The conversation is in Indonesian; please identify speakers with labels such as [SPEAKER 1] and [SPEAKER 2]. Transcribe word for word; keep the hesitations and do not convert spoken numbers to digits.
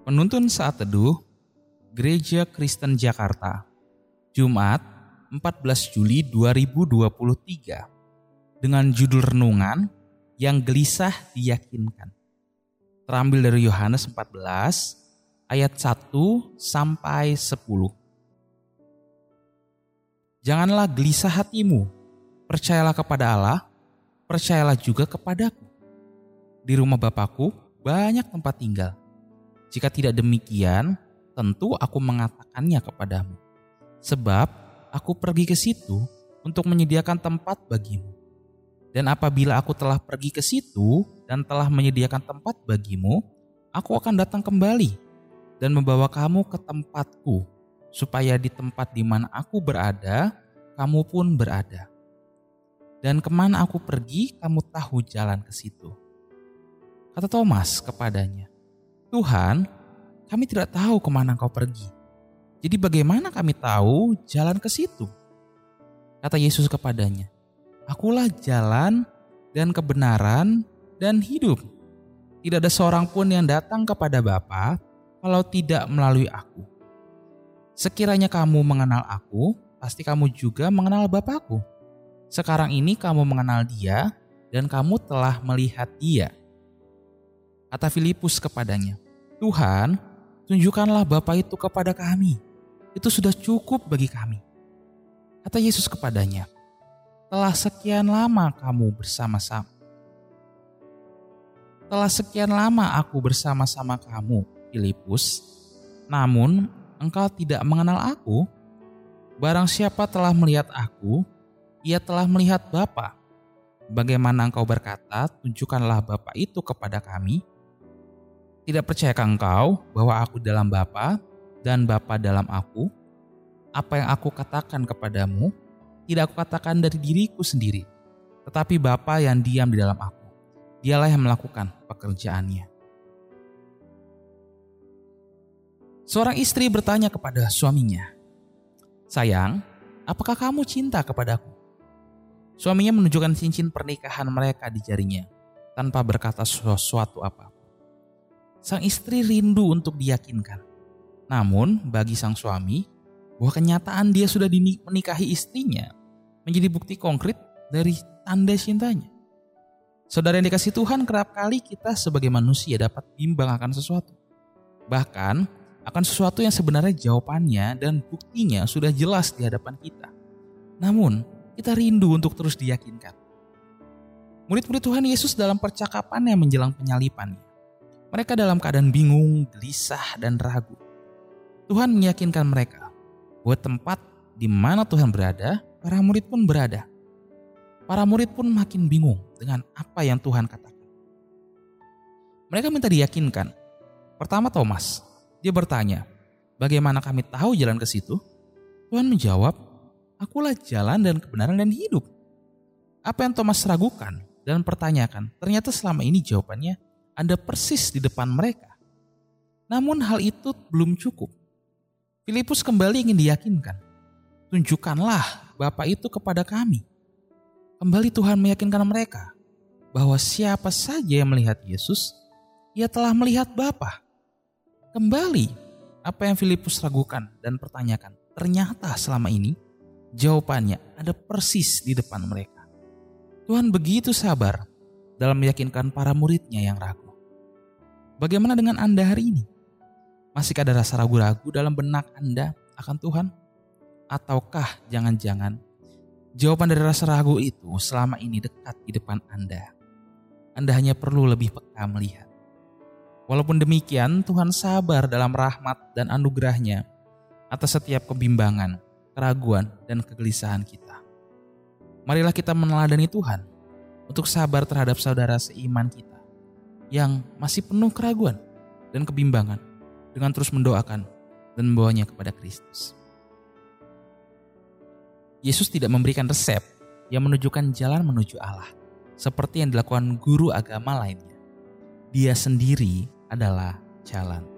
[SPEAKER 1] Penuntun Saat Teduh Gereja Kristen Jakarta, Jumat empat belas Juli dua ribu dua puluh tiga, dengan judul renungan yang gelisah diyakinkan. Terambil dari Yohanes empat belas ayat satu sampai sepuluh. Janganlah gelisah hatimu, percayalah kepada Allah, percayalah juga kepadaku. Di rumah Bapakku banyak tempat tinggal. Jika tidak demikian, tentu aku mengatakannya kepadamu. Sebab aku pergi ke situ untuk menyediakan tempat bagimu. Dan apabila aku telah pergi ke situ dan telah menyediakan tempat bagimu, aku akan datang kembali dan membawa kamu ke tempatku, supaya di tempat di mana aku berada, kamu pun berada. Dan kemana aku pergi, kamu tahu jalan ke situ. Kata Thomas kepadanya, Tuhan, kami tidak tahu kemana Engkau pergi. Jadi bagaimana kami tahu jalan ke situ? Kata Yesus kepadanya, Akulah jalan dan kebenaran dan hidup. Tidak ada seorang pun yang datang kepada Bapa kalau tidak melalui aku. Sekiranya kamu mengenal aku, pasti kamu juga mengenal Bapakku. Sekarang ini kamu mengenal Dia dan kamu telah melihat Dia. Kata Filipus kepadanya, Tuhan, tunjukkanlah Bapa itu kepada kami. Itu sudah cukup bagi kami. Kata Yesus kepadanya, Telah sekian lama kamu bersama-sama. Telah sekian lama aku bersama-sama kamu, Filipus. Namun engkau tidak mengenal aku. Barang siapa telah melihat aku, ia telah melihat Bapa. Bagaimana engkau berkata, tunjukkanlah Bapa itu kepada kami? Tidak percayakah engkau bahwa aku dalam Bapa dan Bapa dalam aku? Apa yang aku katakan kepadamu, tidak aku katakan dari diriku sendiri, tetapi Bapa yang diam di dalam aku, Dialah yang melakukan pekerjaannya. Seorang istri bertanya kepada suaminya, Sayang, apakah kamu cinta kepadaku? Suaminya menunjukkan cincin pernikahan mereka di jarinya, tanpa berkata sesuatu apa. Sang istri rindu untuk diyakinkan. Namun bagi sang suami, bahwa kenyataan dia sudah menikahi istrinya menjadi bukti konkret dari tanda cintanya. Saudara yang dikasihi Tuhan, kerap kali kita sebagai manusia dapat bimbang akan sesuatu. Bahkan akan sesuatu yang sebenarnya jawabannya dan buktinya sudah jelas di hadapan kita. Namun kita rindu untuk terus diyakinkan. Murid-murid Tuhan Yesus dalam percakapannya menjelang penyalipannya, mereka dalam keadaan bingung, gelisah, dan ragu. Tuhan meyakinkan mereka bahwa tempat di mana Tuhan berada, para murid pun berada. Para murid pun makin bingung dengan apa yang Tuhan katakan. Mereka minta diyakinkan. Pertama Thomas, dia bertanya, bagaimana kami tahu jalan ke situ? Tuhan menjawab, Akulah jalan dan kebenaran dan hidup. Apa yang Thomas ragukan dan pertanyakan, ternyata selama ini jawabannya ada persis di depan mereka. Namun hal itu belum cukup. Filipus kembali ingin diyakinkan. Tunjukkanlah Bapa itu kepada kami. Kembali Tuhan meyakinkan mereka bahwa siapa saja yang melihat Yesus, ia telah melihat Bapa. Kembali apa yang Filipus ragukan dan pertanyakan, ternyata selama ini jawabannya ada persis di depan mereka. Tuhan begitu sabar dalam meyakinkan para muridnya yang ragu. Bagaimana dengan Anda hari ini? Masih ada rasa ragu-ragu dalam benak Anda akan Tuhan? Ataukah jangan-jangan jawaban dari rasa ragu itu selama ini dekat di depan Anda? Anda hanya perlu lebih peka melihat. Walaupun demikian, Tuhan sabar dalam rahmat dan anugerah-Nya atas setiap kebimbangan, keraguan, dan kegelisahan kita. Marilah kita meneladani Tuhan untuk sabar terhadap saudara seiman kita yang masih penuh keraguan dan kebimbangan, dengan terus mendoakan dan membawanya kepada Kristus. Yesus tidak memberikan resep yang menunjukkan jalan menuju Allah, seperti yang dilakukan guru agama lainnya. Dia sendiri adalah jalan.